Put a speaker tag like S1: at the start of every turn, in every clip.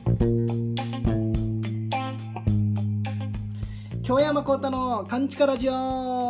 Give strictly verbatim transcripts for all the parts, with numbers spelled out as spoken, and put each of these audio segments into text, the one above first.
S1: 京山幸太のカンチカラジオ。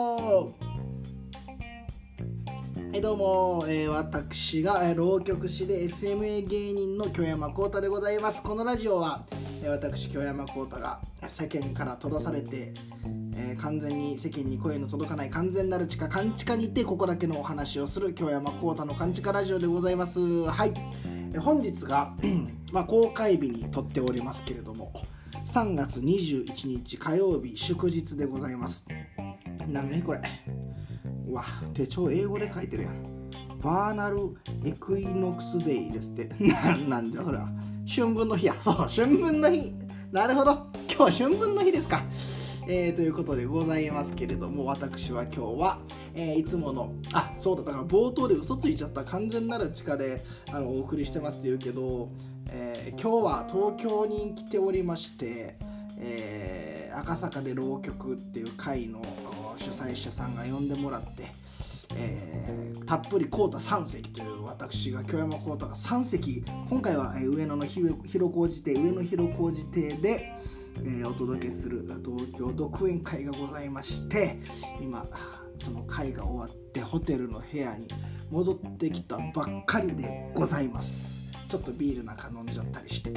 S1: はいどうも、えー、私がえー浪曲師で エスエムエー 芸人の京山幸太でございます。このラジオは、えー、私京山幸太が世間から閉ざされて、えー、完全に世間に声の届かない完全なる地下カンチカにてここだけのお話をする京山幸太のカンチカラジオでございます。はい、えー、本日が、まあ、公開日に撮っておりますけれども、さんがつにじゅういちにち火曜日祝日でございます。なんねこれ、うわ手帳英語で書いてるやん。バーナルエクイノックスデイですって。な, なんじゃそれは春分の日や。そう春分の日、なるほど、今日は春分の日ですか。えー、ということでございますけれども、私は今日は、えー、いつものあそうだだから冒頭で嘘ついちゃった。完全なる地下であのお送りしてますって言うけど、えー、今日は東京に来ておりまして、えー、赤坂で浪曲っていう会の主催者さんが呼んでもらって、えー、たっぷり幸太さん席という私が京山幸太がさん席、今回は上野の広小路亭上野広小路亭で、えー、お届けする東京独演会がございまして、今その会が終わってホテルの部屋に戻ってきたばっかりでございます。ちょっとビールなんか飲んじゃったりして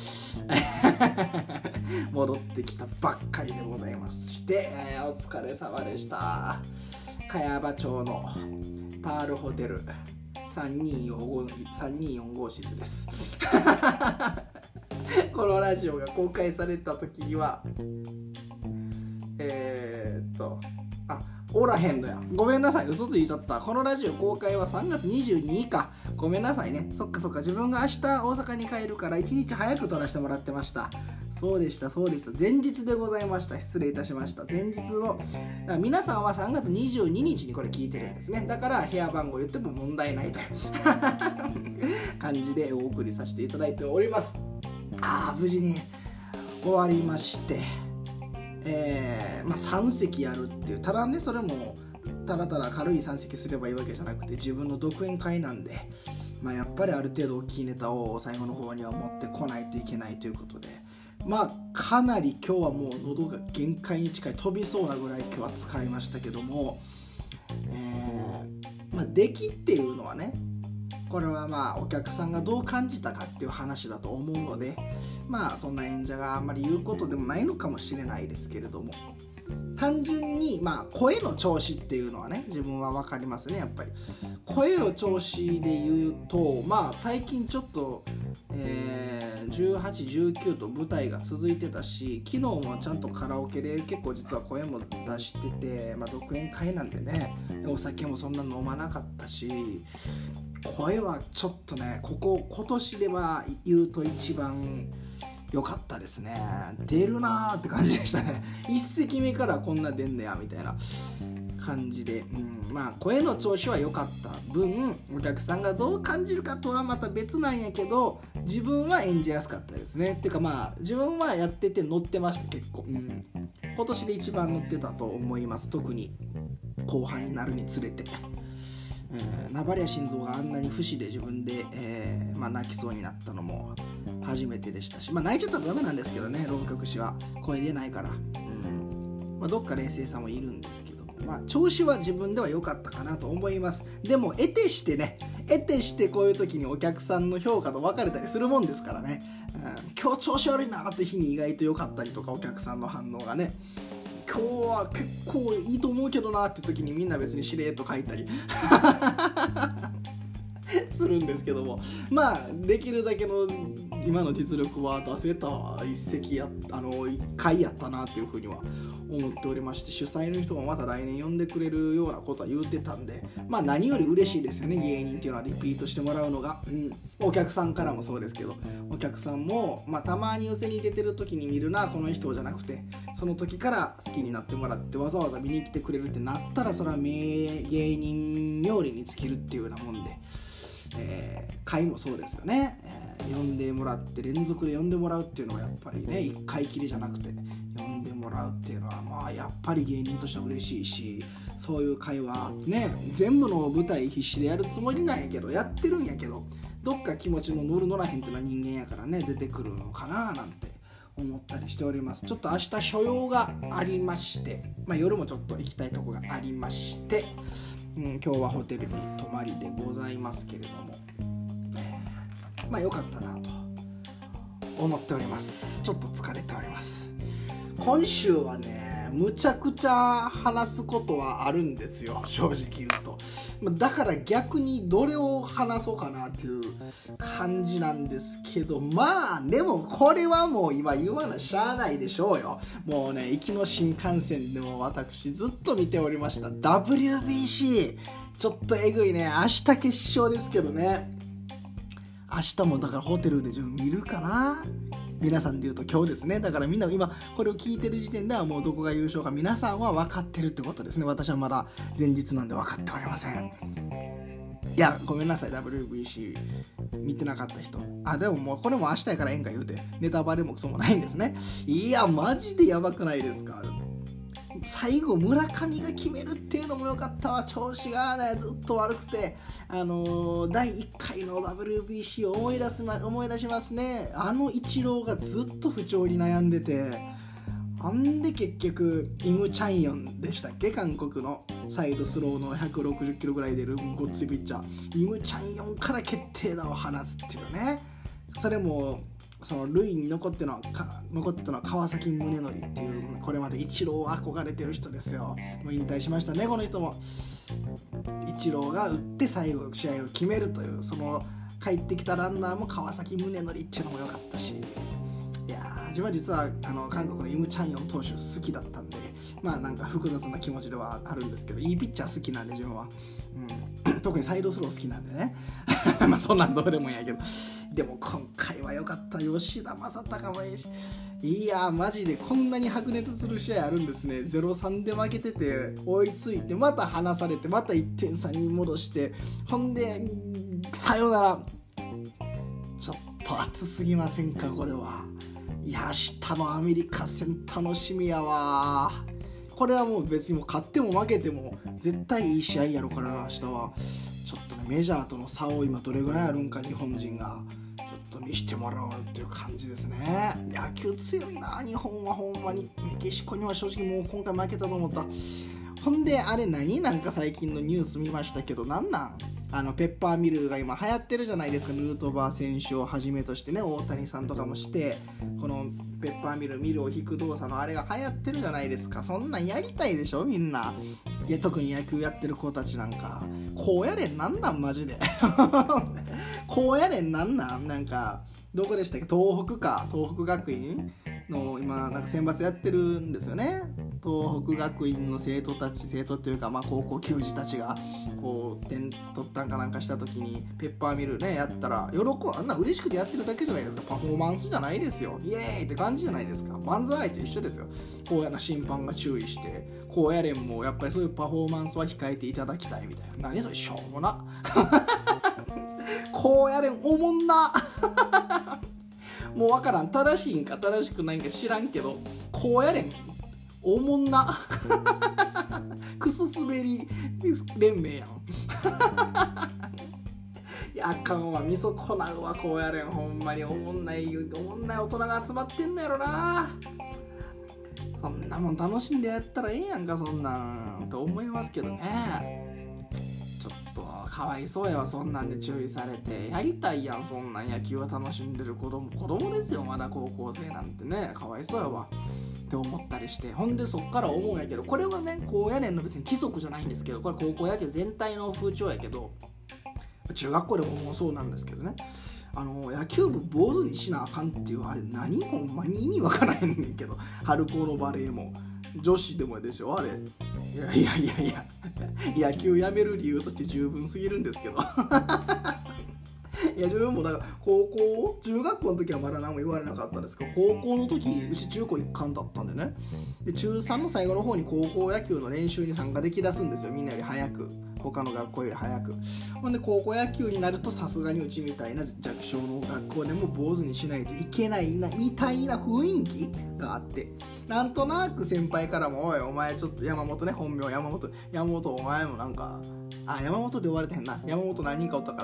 S1: 戻ってきたばっかりでございまして、えー、お疲れ様でした。茅場町のパールホテルさんにーよんご室ですこのラジオが公開された時にはえー、っとあおらへんのや。ごめんなさい、嘘ついちゃった。このラジオ公開はさんがつにじゅうににちか。ごめんなさいね。そっかそっか、自分が明日大阪に帰るからいちにち早く撮らせてもらってました。そうでしたそうでした、前日でございました。失礼いたしました。前日のだから皆さんはさんがつにじゅうににちにこれ聞いてるんですね。だから部屋番号言っても問題ないという感じでお送りさせていただいております。あー無事に終わりまして、えーまあ、さん席やるっていう、ただねそれもただただ軽いさん席すればいいわけじゃなくて、自分の独演会なんで、まあ、やっぱりある程度大きいネタを最後の方には持ってこないといけないということで、まあかなり今日はもう喉が限界に近い、飛びそうなぐらい今日は使いましたけども、えーまあ、出来っていうのはね、これはまあお客さんがどう感じたかっていう話だと思うので、まあそんな演者があんまり言うことでもないのかもしれないですけれども、単純にまあ声の調子っていうのはね、自分は分かりますね。やっぱり声の調子で言うと、まあ最近ちょっと、えー、じゅうはち、じゅうきゅうと舞台が続いてたし、昨日もちゃんとカラオケで結構実は声も出してて、まあ独演会なんでね、お酒もそんな飲まなかったし、声はちょっとね、ここ今年では言うと一番良かったですね。出るなーって感じでしたね。一席目からこんな出んねやみたいな感じで、うん、まあ声の調子は良かった分、お客さんがどう感じるかとはまた別なんやけど、自分は演じやすかったですね。っていうかまあ自分はやってて乗ってました結構、うん、今年で一番乗ってたと思います。特に後半になるにつれて。えー、ナバリア心臓があんなに不死で自分で、えーまあ、泣きそうになったのも初めてでしたし、まあ、泣いちゃったらダメなんですけどね、浪曲師は声出ないから、うんまあ、どっか冷静さもいるんですけど、まあ、調子は自分では良かったかなと思います。でも得てしてね、得てしてこういう時にお客さんの評価と分かれたりするもんですからね、うん、今日調子悪いなって日に意外と良かったりとか、お客さんの反応がね、今日は結構いいと思うけどなって時にみんな別にしれーっと書いたりするんですけども、まあできるだけの今の実力は出せた一席やあの一回やったなっていうふうには思っておりまして、主催の人もまた来年呼んでくれるようなことは言うてたんで、まあ何より嬉しいですよね。芸人っていうのはリピートしてもらうのが、うん、お客さんからもそうですけど、お客さんも、まあ、たまに寄せに出てる時に見るなこの人じゃなくて、その時から好きになってもらってわざわざ見に来てくれるってなったら、それは名芸人冥利に尽きるっていうようなもんで、えー、会もそうですよね、えー、呼んでもらって連続で呼んでもらうっていうのはやっぱりね、一回きりじゃなくて呼んでもらうっていうのはまあやっぱり芸人としては嬉しいし、そういう会話ね、全部の舞台必死でやるつもりなんやけど、やってるんやけど、 どっか気持ちの乗る乗らへんっていうのは人間やからね出てくるのかななんて思ったりしております。ちょっと明日所用がありまして、まあ、夜もちょっと行きたいとこがありまして、うん、今日はホテルに泊まりでございますけれども、えー、まあ良かったなと思っております。ちょっと疲れております。今週はねむちゃくちゃ話すことはあるんですよ、正直言うと。だから逆にどれを話そうかなっていう感じなんですけど、まあでもこれはもう今言わなしゃあないでしょうよ。もうね行きの新幹線でも私ずっと見ておりました ダブリュービーシー。 ちょっとえぐいね。明日決勝ですけどね、明日もだからホテルで自分見るかな。皆さんで言うと今日ですね。だからみんな今これを聞いてる時点ではもうどこが優勝か皆さんは分かってるってことですね。私はまだ前日なんで分かっておりません。いやごめんなさい ダブリュービーシー 見てなかった人。あでももうこれも明日やからええんか言うてネタバレもクソもないんですね。いやマジでやばくないですか。最後村上が決めるっていうのも良かったわ。調子が、ね、ずっと悪くて、あのー、だいいっかいの ダブリュービーシー を思い出す、ま、思い出しますね。あのイチローがずっと不調に悩んでて、あんで結局イム・チャンヨンでしたっけ、韓国のサイドスローのひゃくろくじゅっキロぐらい出るごっついピッチャーイム・チャンヨンから決定打を放つっていうね。それもその塁に残ってのか残ってたのは川崎宗則っていうこれまでイチロー憧れてる人ですよ。もう引退しましたねこの人も。イチローが打って最後試合を決めるという、その帰ってきたランナーも川崎宗則っていうのも良かったし、いやー自分は実はあの韓国のイム・チャンヨン投手好きだったんで、まあなんか複雑な気持ちではあるんですけど、いいピッチャー好きなんで自分は、うん、特にサイドスロー好きなんでねまあそんなんどうでもいいんやけど、でも今回は良かった。吉田正尚もいいし、いやマジでこんなに白熱する試合あるんですね。 ゼロさん で負けてて追いついてまた離されてまたいってん差に戻して、ほんでさよなら。ちょっと熱すぎませんかこれは。いや明日のアメリカ戦楽しみやわ。これはもう別にもう勝っても負けても絶対いい試合やろからな明日は。ちょっとねメジャーとの差を今どれぐらいあるんか日本人がちょっと見してもらおうっていう感じですね。野球強いな日本は。ほんまにメキシコには正直もう今回負けたと思った。ほんであれ何なんか最近のニュース見ましたけど、なんなんあのペッパーミルが今流行ってるじゃないですか。ヌートバー選手をはじめとしてね、大谷さんとかもして、このペッパーミルミルを引く動作のあれが流行ってるじゃないですか。そんなんやりたいでしょみんな。いや特に野球やってる子たちなんかこうやれんなんなんマジでこうやれんなんなんなんかどこでしたっけ、東北か東北学院の今なんか選抜やってるんですよね。東北学院の生徒たち生徒っていうかまあ高校球児たちがこう点取ったんかなんかした時にペッパーミルねやったら喜ぶ。あんな嬉しくてやってるだけじゃないですか。パフォーマンスじゃないですよ。イエーイって感じじゃないですか。漫才と一緒ですよ。こうやな審判が注意してこうやれんもやっぱりそういうパフォーマンスは控えていただきたいみたいな。何それしょうもなこうやれんおもんなもうわからん正しいんか正しくないんか知らんけどこうやれんおもんなクス滑り連盟やんいやあかんわみそこなうわこうやれんほんまにおもんないおもんない大人が集まってんのやろな。そんなもん楽しんでやったらええやんかそんなんと思いますけどね。ちょっとかわいそうやわそんなんで注意されて。やりたいやんそんなん。野球を楽しんでる子供子供ですよまだ高校生なんてね。かわいそうやわって思ったりして、ほんでそっから思うんやけど、これはねこうやねんの別に規則じゃないんですけど、これ高校野球全体の風潮やけど、中学校でももうそうなんですけどね、あの野球部坊主にしなあかんっていうあれ何ほんまに意味わからへんねんけど、春高のバレーも女子でもでしょあれ。いやいやいやいや野球やめる理由として十分すぎるんですけどいや自分もだから高校中学校の時はまだ何も言われなかったですけど、高校の時うち中高一貫だったんでね、で中さんの最後の方に高校野球の練習に参加できだすんですよみんなより早く、他の学校より早く。ほんで高校野球になるとさすがにうちみたいな弱小の学校でも坊主にしないといけないなみたいな雰囲気があって、なんとなく先輩からもおいお前ちょっと山本ね本名山本山本お前もなんかあ山本で呼ばれてへんな山本何人かおったから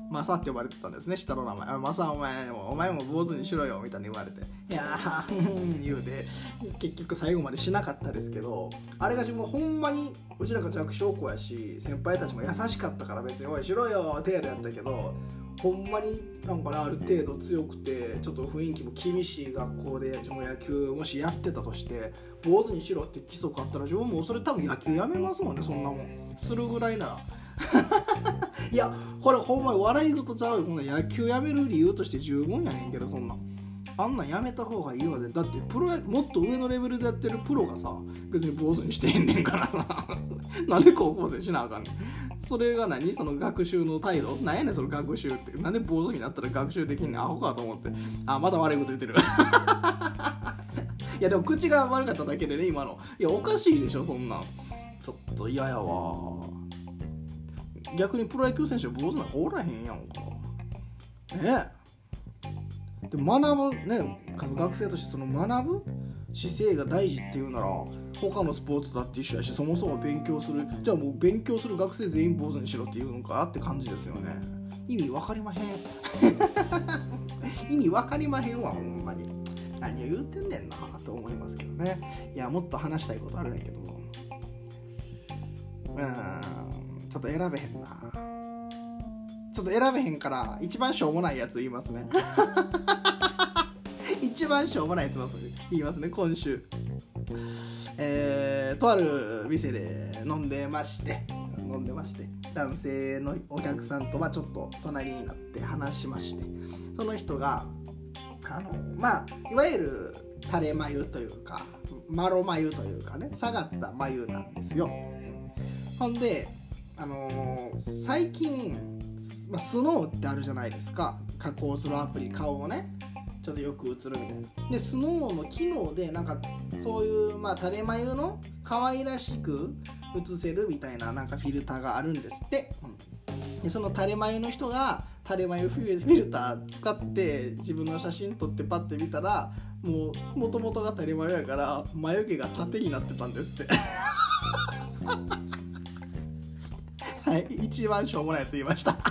S1: マサって呼ばれてたんですね、下の名前。マサお前もお前も坊主にしろよみたいに言われて、いやー言うて結局最後までしなかったですけど、あれが自分ほんまにうちらが弱小校やし先輩たちも優しかったから別においしろよ程度やったけど、ほんまになんかねある程度強くてちょっと雰囲気も厳しい学校で自分野球もしやってたとして坊主にしろって規則あったら自分もそれ多分野球やめますもんね、そんなもんするぐらいならいやこれほんまに笑い事ちゃうよ、こんな野球やめる理由として十分やねんけど、そんなんあんなんやめた方がいいわで、だってプロもっと上のレベルでやってるプロがさ別に坊主にしてへんねんからななんで高校生しなあかんねん。それが何その学習の態度なんやねんその学習って、なんで坊主になったら学習できんねんアホかと思って、あまだ悪いこと言ってるいやでも口が悪かっただけでね今の、いやおかしいでしょそんなん、ちょっと嫌やわ。逆にプロ野球選手坊主なんかおらへんやんかねえ。で学ぶね学生としてその学ぶ姿勢が大事っていうなら他のスポーツだって一緒やし、そもそも勉強するじゃあもう勉強する学生全員坊主にしろっていうのかって感じですよね。意味わかりまへん意味わかりまへんわほんまに、何を言うてんねんなと思いますけどね。いやもっと話したいことあるんやけど、うーんちょっと選べへんな、ちょっと選べへんから一番しょうもないやつ言いますね一番しょうもないやつ言いますね今週。えー、とある店で飲んでまして飲んでまして男性のお客さんとまあちょっと隣になって話しまして、その人があのまあいわゆる垂れ眉というかマロ眉というかね下がった眉なんですよ。ほんであのー、最近、まあ、スノーってあるじゃないですか、加工するアプリ、顔をねちょっとよく映るみたいな。でスノーの機能でなんかそういう、まあ、垂れ眉の可愛らしく映せるみたいななんかフィルターがあるんですって、うん、でその垂れ眉の人が垂れ眉フィルター使って自分の写真撮ってパッて見たらもう元々が垂れ眉やから眉毛が縦になってたんですってはい、一番しょうもないやつ言いました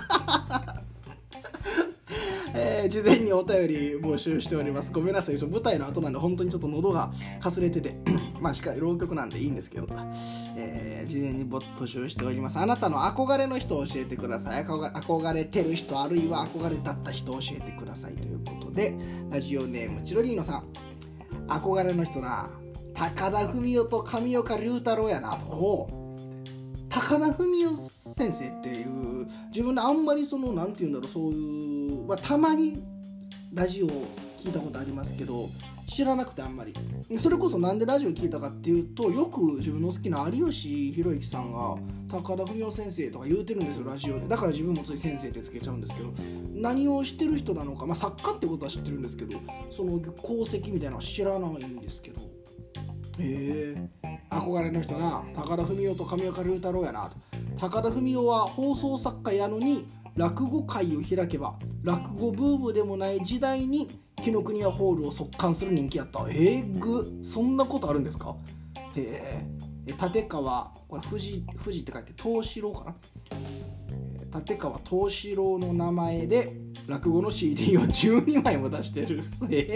S1: えー、事前にお便り募集しております。ごめんなさい、舞台の後なんで本当にちょっと喉がかすれててまあしっかり浪曲なんでいいんですけど、えー、事前に募集しております。あなたの憧れの人を教えてください。憧れてる人あるいは憧れだった人を教えてくださいということで、ラジオネームチロリーノさん、憧れの人な高田文夫と上岡龍太郎やなと。お高田文夫先生っていう自分であんまりそのなんていうんだろうそういう、まあ、たまにラジオ聞いたことありますけど知らなくてあんまり。それこそなんでラジオ聞いたかっていうとよく自分の好きな有吉弘行さんが高田文夫先生とか言うてるんですよラジオで。だから自分もつい先生ってつけちゃうんですけど、何をしてる人なのか、まあ、作家ってことは知ってるんですけどその功績みたいなのは知らないんですけど、へえ憧れの人な高田文夫と上岡龍太郎やなと。高田文夫は放送作家やのに落語会を開けば落語ブームでもない時代に紀ノ国屋ホールを創刊する人気やった。えぐそんなことあるんですか。へえ立川これ富士富士って書いて東四郎かな、立川東四郎の名前で落語の シーディー をじゅうにまいも出してる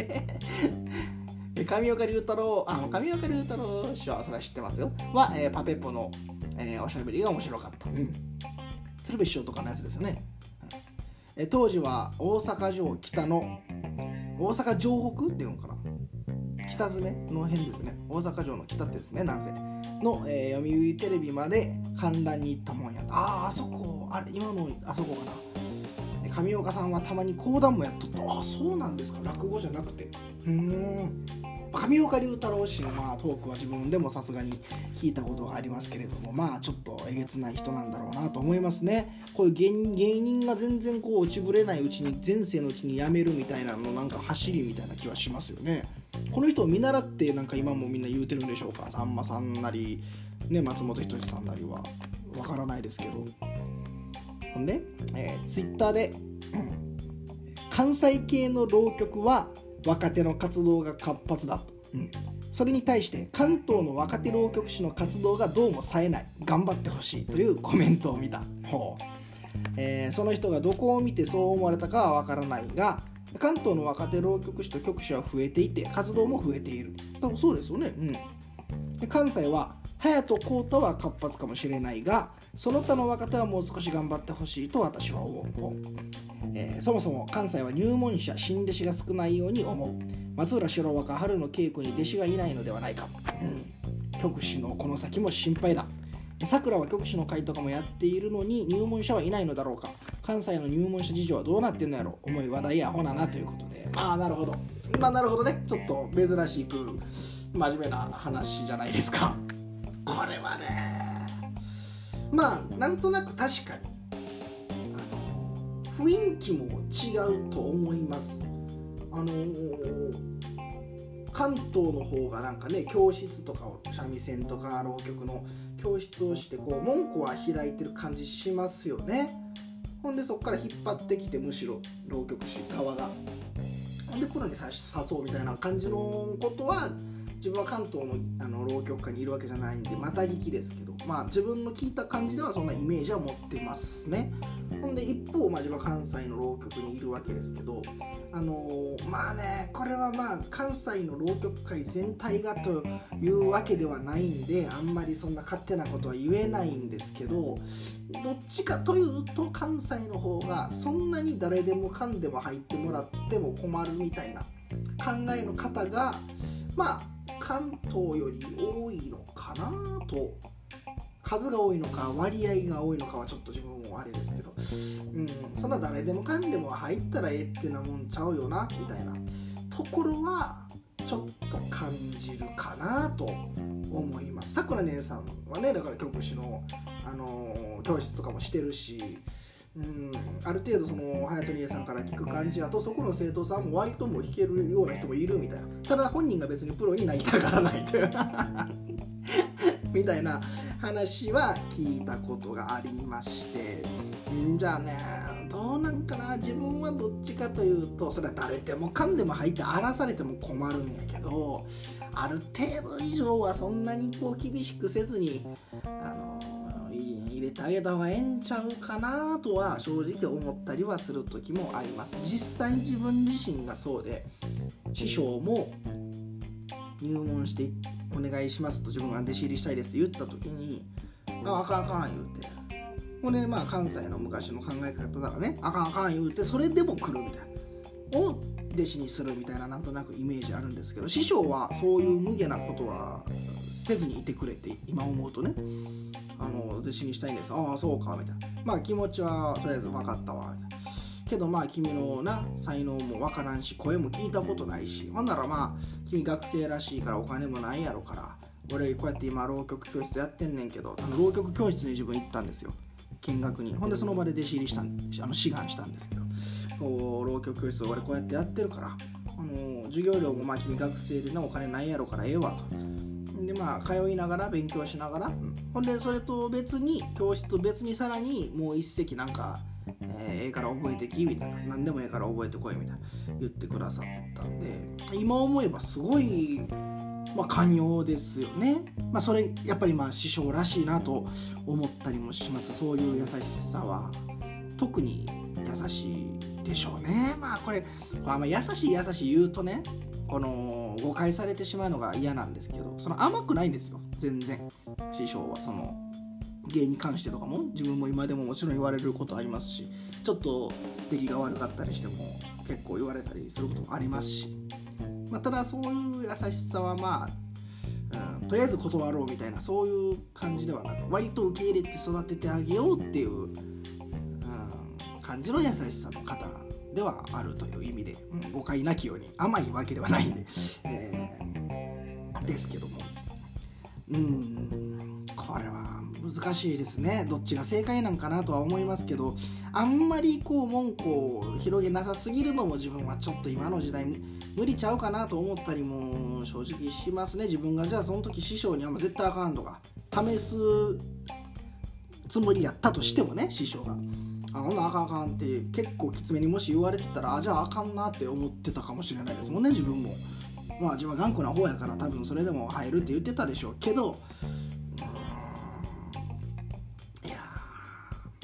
S1: 上岡龍太郎あ上岡龍太郎氏はそれは知ってますよは、えー、パペポの、えー、おしゃべりが面白かった、うん、鶴瓶師匠とかのやつですよね、えー、当時は大阪城北の大阪城北っていうのかな北詰の辺ですね、大阪城の北ってですねなんせの、えー、読売テレビまで観覧に行ったもんや。あーあそこあれ今のあそこかな。上岡さんはたまに講談もやっとった。あそうなんですか、落語じゃなくて。うーん上岡龍太郎氏の、まあ、トークは自分でもさすがに聞いたことがありますけれども、まあちょっとえげつない人なんだろうなと思いますね。こういう 芸, 芸人が全然こう落ちぶれないうちに前世のうちに辞めるみたいなのなんか走りみたいな気はしますよね。この人を見習ってなんか今もみんな言うてるんでしょうか。さんまさんなり、ね、松本人志さんなりはわからないですけど。ほんで、えー、ツイッターで、うん、関西系の浪曲は若手の活動が活発だと、うん、それに対して関東の若手浪曲師の活動がどうも冴えない、頑張ってほしいというコメントを見た。ほうえー、その人がどこを見てそう思われたかはわからないが、関東の若手浪曲師と曲師は増えていて活動も増えている。そうですよね、うん、で関西は隼人浩太は活発かもしれないが、その他の若手はもう少し頑張ってほしいと私は思う、えー、そもそも関西は入門者新弟子が少ないように思う。松浦白若春の稽古に弟子がいないのではないか、うん、曲師のこの先も心配だ。さくらは曲師の会とかもやっているのに入門者はいないのだろうか。関西の入門者事情はどうなってんのやろ。重い話題やほななということで、まあなるほど、まあなるほどね、ちょっと珍しく真面目な話じゃないですか。これはね、まあなんとなく確かにあの雰囲気も違うと思います。あのー関東の方がなんかね、教室とかを三味線とか浪曲の教室をしてこう門戸は開いてる感じしますよね。ほんでそこから引っ張ってきて、むしろ浪曲師側がほんでプロに誘うみたいな感じのことは、自分は関東のあの浪曲家にいるわけじゃないんでまた聞きですけど、まあ自分の聞いた感じではそんなイメージは持ってますね。ほんで一方、まあ、自分は関西の浪曲にいるわけですけど、あのー、まあね、これはまあ関西の浪曲界全体がというわけではないんで、あんまりそんな勝手なことは言えないんですけど、どっちかというと関西の方がそんなに誰でもかんでも入ってもらっても困るみたいな考えの方がまあ関東より多いのかなと。数が多いのか割合が多いのかはちょっと自分もあれですけど、うん、そんな誰でもかんでも入ったらええってなもんちゃうよなみたいなところはちょっと感じるかなと思います。さくら姉さんはね、だから曲師の、あのー、教室とかもしてるし、うん、ある程度その隼人姉さんから聞く感じだと、そこの生徒さんも割とも弾けるような人もいるみたいな。ただ本人が別にプロになりたがらないというみたいな話は聞いたことがありまして、んじゃあね、どうなんかな。自分はどっちかというと、それは誰でもかんでも入って荒らされても困るんやけど、ある程度以上はそんなにこう厳しくせずにあの入れてあげた方がええんちゃうかなとは正直思ったりはする時もあります。実際自分自身がそうで、師匠も入門してお願いしますと、自分が弟子入りしたいですって言った時に、ああかんあかん言うて、これまあ関西の昔の考え方ならね、あかんあかん言うて、それでも来るみたいなを弟子にするみたいな、なんとなくイメージあるんですけど、師匠はそういう無下なことはせずにいてくれて、今思うとね、あの弟子にしたいんです、ああそうかみたいな、まあ気持ちはとりあえず分かったわみたいな、けどまあ君のな才能も分からんし、声も聞いたことないし、ほんならまあ君学生らしいからお金もないやろから、俺こうやって今浪曲教室やってんねんけど、あの浪曲教室に自分行ったんですよ、見学に。ほんでその場で弟子入りしたん、あの志願したんですけど、こう浪曲教室俺こうやってやってるから、あの授業料もまあ君学生でなお金ないやろからええわと。でまあ通いながら勉強しながら、うん、ほんでそれと別に教室と別にさらにもう一席なんかええから覚えてきみたいな、何でもええから覚えてこいみたいな言ってくださったんで、今思えばすごいまあ寛容ですよね。まあそれやっぱりまあ師匠らしいなと思ったりもします。そういう優しさは特に優しいでしょうね。まあこれあんま優しい優しい言うとね、この誤解されてしまうのが嫌なんですけど、その甘くないんですよ全然。師匠はその芸に関してとかも自分も今でももちろん言われることありますし、ちょっと出来が悪かったりしても結構言われたりすることもありますし、まあ、ただそういう優しさはまあ、うん、とりあえず断ろうみたいなそういう感じではなく、割と受け入れて育ててあげようっていう、うん、感じの優しさの方ではあるという意味で、うん、誤解なきように、甘いわけではないんで、えー、ですけども、うーんこれは難しいですね。どっちが正解なんかなとは思いますけど、あんまりこう門戸を広げなさすぎるのも自分はちょっと今の時代無理ちゃうかなと思ったりも正直しますね。自分がじゃあその時師匠には絶対あかんとか試すつもりやったとしてもね、師匠があほんなあかんあかんって結構きつめにもし言われてたら、あじゃああかんなって思ってたかもしれないですもんね、自分も。まあ自分は頑固な方やから多分それでも入るって言ってたでしょうけど、うーんいやこれ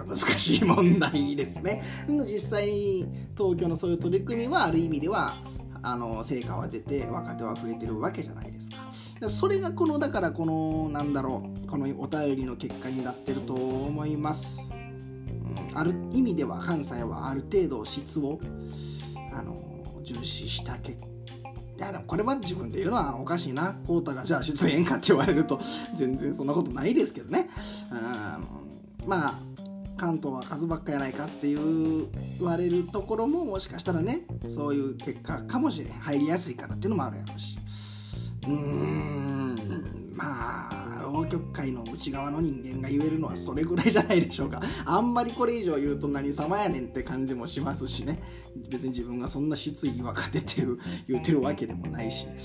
S1: 難しい問題ですね。実際東京のそういう取り組みはある意味ではあの成果は出て若手は増えてるわけじゃないですか。それがこのだからこのなんだろうこのお便りの結果になってると思います。うん、ある意味では関西はある程度質をあの重視した結果、いやでもこれは自分で言うのはおかしいな。コウタがじゃあ出演かって言われると全然そんなことないですけどね。うん、まあ関東は数ばっかやないかっていう言われるところももしかしたらねそういう結果かもしれん。入りやすいからっていうのもあるやろうし、うーんまあ浪曲界の内側の人間が言えるのはそれぐらいじゃないでしょうか。あんまりこれ以上言うと何様やねんって感じもしますしね。別に自分がそんな失意若手っていう言ってるわけでもないし、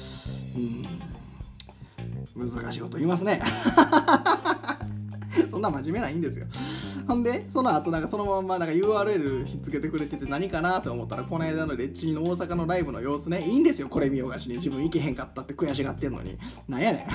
S1: うーん難しいこと言いますねそんな真面目ないんですよ。ほんでその後なんかそのままなんか ユーアールエル ひっつけてくれてて何かなと思ったらこの間のレッチリの大阪のライブの様子ね。いいんですよこれ見よがしに。自分行けへんかったって悔しがってんのになんやね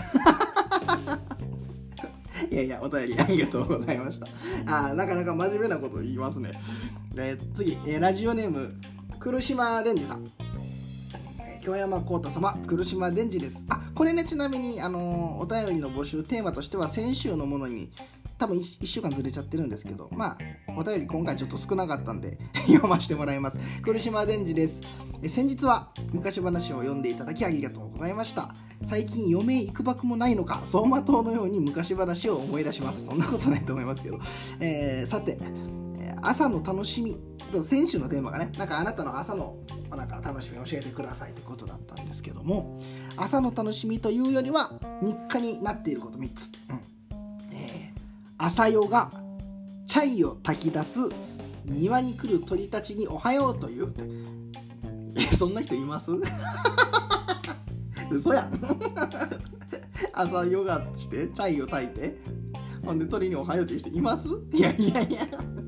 S1: んいやいやお便りありがとうございました。あなかなか真面目なこと言いますね。で次、えー、ラジオネーム来島蓮司さん。京山幸太様、来島蓮司です。あこれねちなみにあのー、お便りの募集テーマとしては先週のものに多分いっしゅうかんずれちゃってるんですけど、まあお便り今回ちょっと少なかったんで読ませてもらいます。来島蓮司です。え先日は昔話を読んでいただきありがとうございました。最近余命いくばくもないのか走馬灯のように昔話を思い出します。そんなことないと思いますけど、えー、さて朝の楽しみ先週のテーマがねなんかあなたの朝のなんか楽しみ教えてくださいってことだったんですけども、朝の楽しみというよりは日課になっていることみっつ、うんえー、朝ヨガ、チャイを炊き出す、庭に来る鳥たちにおはようというえそんな人います嘘やん朝ヨガしてチャイを炊いてほんで鳥におはようという人います？いやいやいや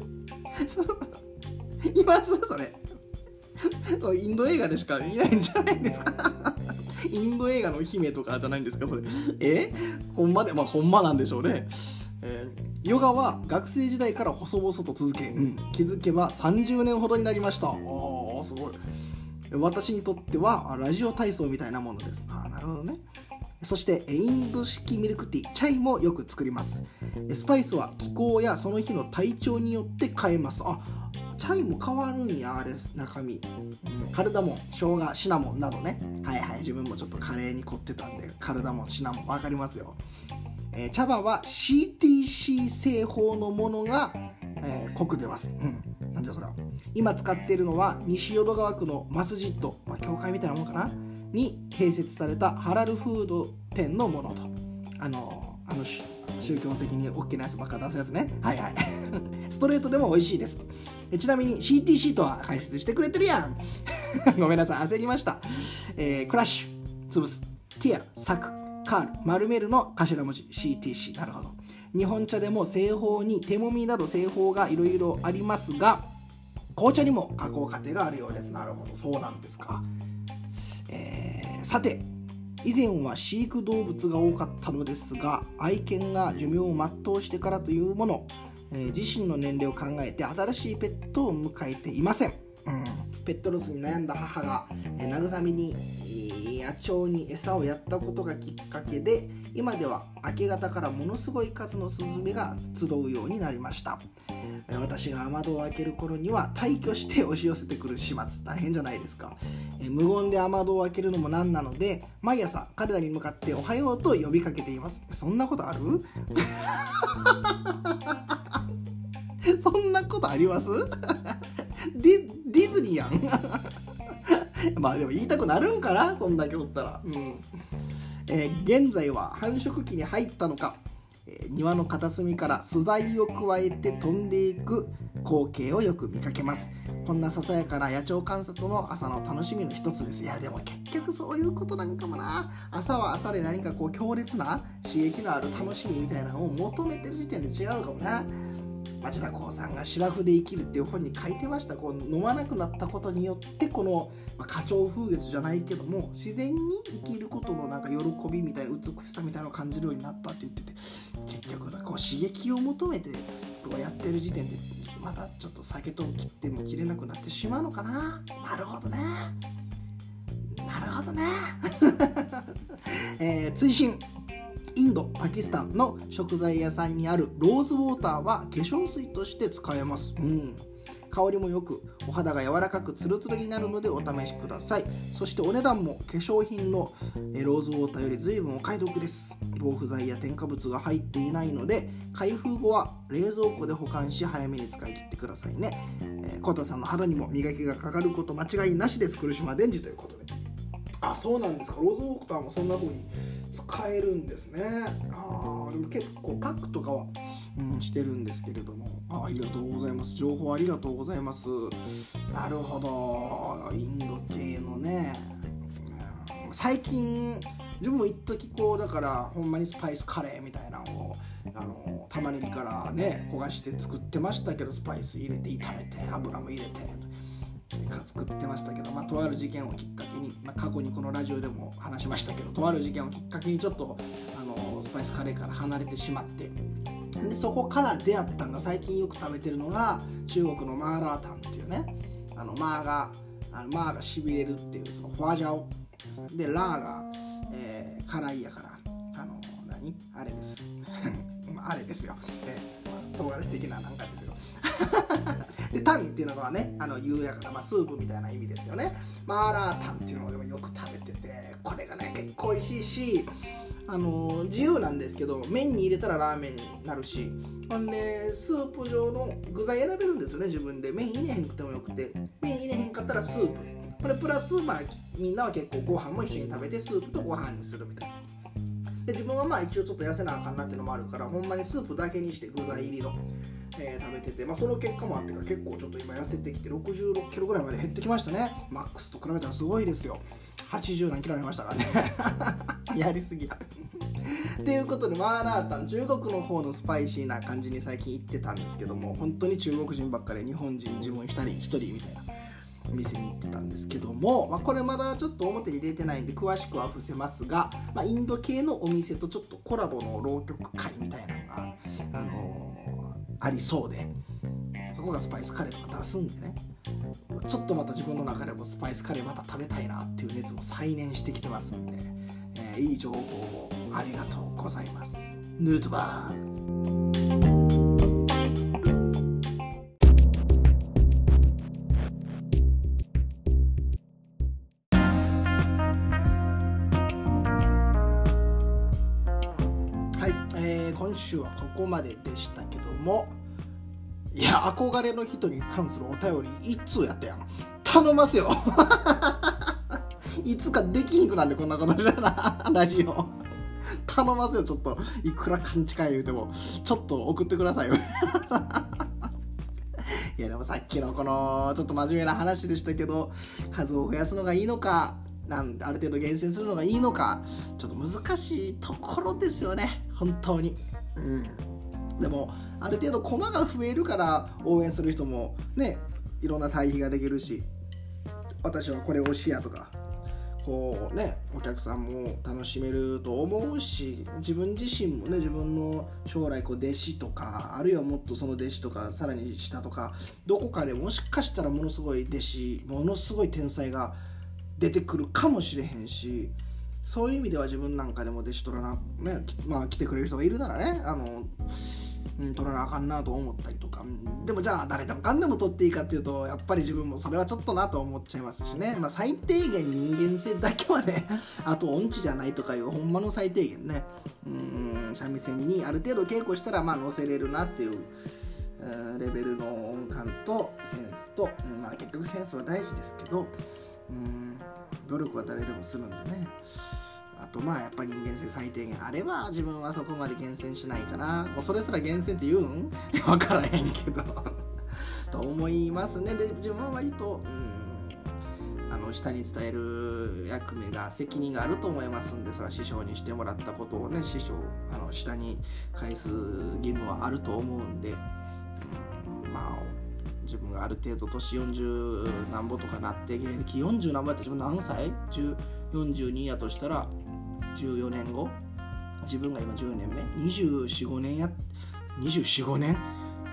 S1: いますそれインド映画でしかいないんじゃないですかインド映画の姫とかじゃないんですかそれ。えほんまでまあほんまなんでしょうね。えー、ヨガは学生時代から細々と続け、うん、気づけばさんじゅうねんほどになりました。あーすごい。私にとってはラジオ体操みたいなものです。あなるほどね。そしてインド式ミルクティー、チャイもよく作ります。スパイスは気候やその日の体調によって変えます。あチャイも変わるんやあれ中身、うん、カルダモン、生姜、シナモンなどね。はいはい自分もちょっとカレーに凝ってたんでカルダモン、シナモン分かりますよ。えー、茶葉は シーティーシー 製法のものが、えー、濃く出ます。うんなんじゃそれは。今使っているのは西淀川区のマスジッド、まあ、教会みたいなもんかなに併設されたハラルフード店のものと、あのあの宗教的に OK なやつばっか出すやつね。はいはいストレートでも美味しいです。ちなみに シーティーシー とは解説してくれてるやんごめんなさい焦りました。えー、クラッシュ、潰す、ティア、裂く、カール、丸めるの頭文字 シーティーシー。 なるほど。日本茶でも製法に手もみなど製法がいろいろありますが紅茶にも加工過程があるようです。なるほどそうなんですか。えー、さて以前は飼育動物が多かったのですが愛犬が寿命を全うしてからというもの、えー、自身の年齢を考えて新しいペットを迎えていません。うん、ペットロスに悩んだ母が、えー、慰めに、えー、野鳥に餌をやったことがきっかけで今では明け方からものすごい数のスズメが集うようになりました。私が雨戸を開ける頃には退去して押し寄せてくる始末、大変じゃないですか。え無言で雨戸を開けるのもなんなので毎朝彼らに向かっておはようと呼びかけています。そんなことあるそんなことありますディ、ディズニーやんまあでも言いたくなるんかなそんだけおったら、うんえー、現在は繁殖期に入ったのか庭の片隅から巣材を加えて飛んでいく光景をよく見かけます。こんなささやかな野鳥観察も朝の楽しみの一つです。いやでも結局そういうことなんかもな。朝は朝で何かこう強烈な刺激のある楽しみみたいなのを求めてる時点で違うかもな。町田光さんがシラフで生きるっていう本に書いてました。こう飲まなくなったことによってこの、まあ、花鳥風月じゃないけども自然に生きることのなんか喜びみたいな美しさみたいなのを感じるようになったって言ってて結局こう刺激を求めてプをやってる時点でまたちょっと酒と切っても切れなくなってしまうのかな。なるほどねなるほどね、えー、追伸、インド、パキスタンの食材屋さんにあるローズウォーターは化粧水として使えます。うん、香りもよくお肌が柔らかくツルツルになるのでお試しください。そしてお値段も化粧品のローズウォーターより随分お買い得です。防腐剤や添加物が入っていないので開封後は冷蔵庫で保管し早めに使い切ってくださいね。えー、コタさんの肌にも磨きがかかること間違いなしです。来島伝次ということで。あ、そうなんですか。ローズウォーターもそんな風に使えるんですね。あ、でも結構パックとかは、うん、してるんですけれども、 あ, ありがとうございます。情報ありがとうございます。なるほど、インド系のね、うん、最近自分も一時こうだからほんまにスパイスカレーみたいなのをあの玉ねぎからね焦がして作ってましたけど、スパイス入れて炒めて油も入れて作ってましたけど、まあ、とある事件をきっかけに、まあ、過去にこのラジオでも話しましたけど、とある事件をきっかけにちょっとあのスパイスカレーから離れてしまって、でそこから出会ったのが最近よく食べてるのが中国のマーラータンっていうね、あのマーがあのマーがしびれるっていうそのホワジャオで、ラーが、えー、辛いやからあの何あれですあれですよ、えー、唐辛子的ななんかですよでタンっていうのはね、あの湯やから、まあ、スープみたいな意味ですよね。マーラータンっていうのをでもよく食べてて、これがね結構美味しいし、あのー、自由なんですけど麺に入れたらラーメンになるし、ほんでスープ状の具材選べるんですよね自分で。麺入れへんくてもよくて、麺入れへんかったらスープ、これプラス、まあ、みんなは結構ご飯も一緒に食べてスープとご飯にするみたいな。で自分はまあ一応ちょっと痩せなあかんなっていうのもあるから、ほんまにスープだけにして具材入りの、えー、食べてて、まあ、その結果もあってか結構ちょっと今痩せてきてろくじゅうろっキロぐらいまで減ってきましたね。マックスと比べたらすごいですよ。はちじゅう何キロありましたからねやりすぎやっていうことで、マーラータン、中国の方のスパイシーな感じに最近行ってたんですけども、本当に中国人ばっかり、日本人自分一人一人みたいなお店に行ってたんですけども、まあ、これまだちょっと表に出てないんで詳しくは伏せますが、まあ、インド系のお店とちょっとコラボの浪曲会みたいなのが、あのー、ありそうで、そこがスパイスカレーとか出すんでね、ちょっとまた自分の中でもスパイスカレーまた食べたいなっていう熱も再燃してきてますんで、えー、いい情報をありがとうございます。ヌートバー。今週はここまででしたけども、いや憧れの人に関するお便り一通やったやん。頼ますよいつかできひんくなんでこんなことじゃなラジオ頼ますよ。ちょっといくら勘違い言うてもちょっと送ってくださいよいやでもさっきのこのちょっと真面目な話でしたけど、数を増やすのがいいのか、なんある程度厳選するのがいいのか、ちょっと難しいところですよね本当に。うん、でもある程度駒が増えるから応援する人もね、いろんな対比ができるし、私はこれ推しやとかこうね、お客さんも楽しめると思うし、自分自身もね、自分の将来こう弟子とか、あるいはもっとその弟子とかさらに下とか、どこかでもしかしたらものすごい弟子、ものすごい天才が出てくるかもしれへんし、そういう意味では自分なんかでも弟子取らな、ね、まあ来てくれる人がいるならね、あの、うん、取らなあかんなと思ったりとか、でもじゃあ誰でもかんでも取っていいかっていうと、やっぱり自分もそれはちょっとなと思っちゃいますしね。まあ最低限人間性だけはね、あと音痴じゃないとかいうほんまの最低限ね、うん、三味線にある程度稽古したらまあ乗せれるなっていうレベルの音感とセンスと、うん、まあ結局センスは大事ですけど、うん、努力は誰でもするんでね。あとまあやっぱり人間性最低限あれば自分はそこまで厳選しないかな。もうそれすら厳選って言うん？分からへんけどと思いますね。で自分は割と、うん、あの下に伝える役目が責任があると思いますんで、それは師匠にしてもらったことをね、師匠あの下に返す義務はあると思うんで、うん、まあ自分がある程度年よんじゅう何ぼとかなって芸歴よんじゅう何ぼやって自分何歳？よんじゅうにやとしたらじゅうよねんご、自分が今じゅうねんめ、にじゅうよん、ごねんやにじゅうよん、ごねん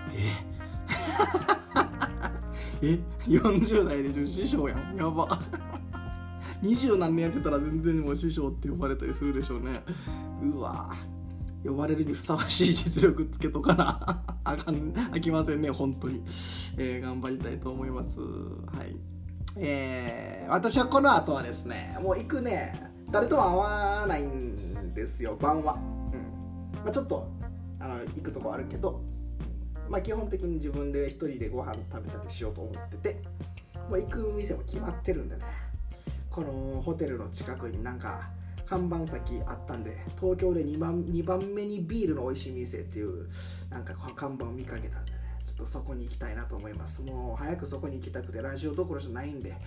S1: ええよんじゅう代でしょ、師匠やん、やば二十何年やってたら全然もう師匠って呼ばれたりするでしょうね。うわ呼ばれるにふさわしい実力つけとかなあかんあきませんね本当に、えー、頑張りたいと思います。はい、えー、私はこの後はですね、もう行くね、誰とも会わないんですよ、晩は、うんまあ、ちょっとあの行くとこあるけど、まあ、基本的に自分で一人でご飯食べたりしようと思ってて、もう行く店も決まってるんでね、このホテルの近くになんか看板先あったんで、東京で 2, 番2番目にビールの美味しい店っていうなんか看板を見かけたんでね、ちょっとそこに行きたいなと思います。もう早くそこに行きたくてラジオどころじゃないんで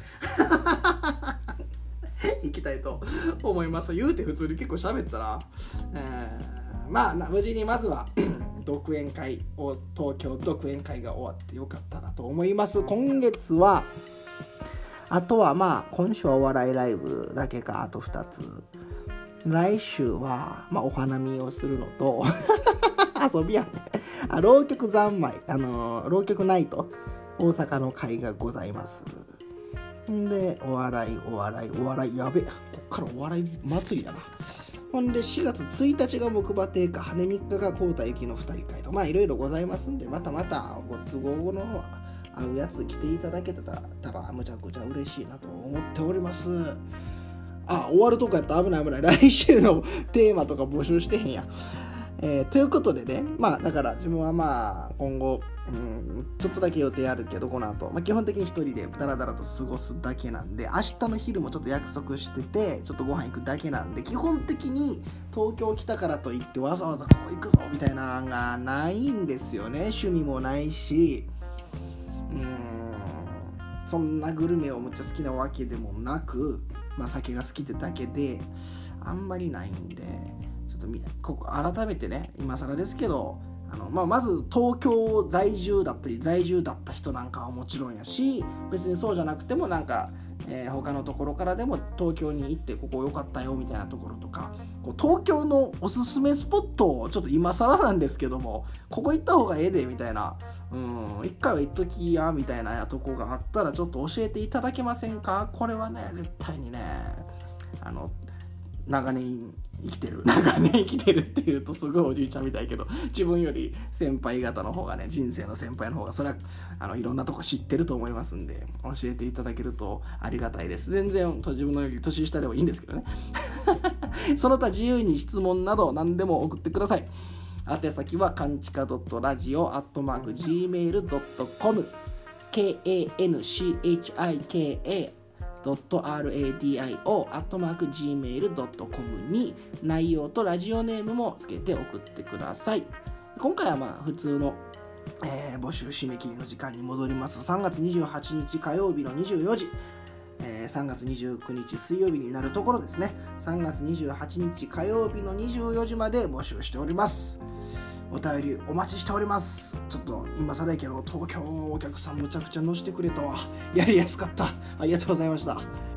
S1: 行きたいと思います。言うて普通に結構喋ったな、えー、まあ無事にまずは独演会を東京独演会が終わってよかったなと思います。今月はあとはまあ今週はお笑いライブだけか、あとふたつ、来週はまあお花見をするのと遊びやねあ浪曲三昧、あのー、浪曲ナイト大阪の会がございます。んでお笑いお笑いお笑いやべえ、こっからお笑い祭りだな。ほんでしがつついたちが木馬亭か、羽みっかが幸田幸の二人会と、まあいろいろございますんで、またまたご都合の合うやつ来ていただけたらむちゃくちゃ嬉しいなと思っております。あ、終わるとこやったら危ない危ない、来週のテーマとか募集してへんや、えー、ということでね、まあだから自分はまあ今後、うん、ちょっとだけ予定あるけどこの後、まあ、基本的に一人でダラダラと過ごすだけなんで、明日の昼もちょっと約束しててちょっとご飯行くだけなんで、基本的に東京来たからといってわざわざここ行くぞみたいなのがないんですよね。趣味もないし、うーんそんなグルメをむっちゃ好きなわけでもなく、まあ、酒が好きってだけであんまりないんで、ちょっとここ改めてね、今更ですけど、あの、まあ、まず東京在住だったり在住だった人なんかはもちろんやし、別にそうじゃなくてもなんか、えー、他のところからでも東京に行ってここ良かったよみたいなところとか、こう東京のおすすめスポットをちょっと今更なんですけども、ここ行った方がええでみたいな、うん一回は行っときやみたいなとこがあったらちょっと教えていただけませんか。これはね絶対にね、あの長年生きてる長年生きてるっていうとすごいおじいちゃんみたいけど、自分より先輩方の方がね、人生の先輩の方がそれはあのいろんなとこ知ってると思いますんで、教えていただけるとありがたいです。全然自分のより年下でもいいんですけどねその他自由に質問など何でも送ってください。宛先はカンチカ .radio アットマーク ジーメール ドットコム ケーエーエヌシーエイチアイケーエードットラディオ アットマーク ジーメール ドットコム に内容とラジオネームもつけて送ってください。今回はまあ普通の、えー、募集締め切りの時間に戻ります。さんがつにじゅうはちにち火曜日のにじゅうよじ、えー、さんがつにじゅうくにち水曜日になるところですね。さんがつにじゅうはちにち火曜日のにじゅうよじまで募集しております。お便りお待ちしております。ちょっと今更やけど東京のお客さんむちゃくちゃ乗せてくれたわ。やりやすかった。ありがとうございました。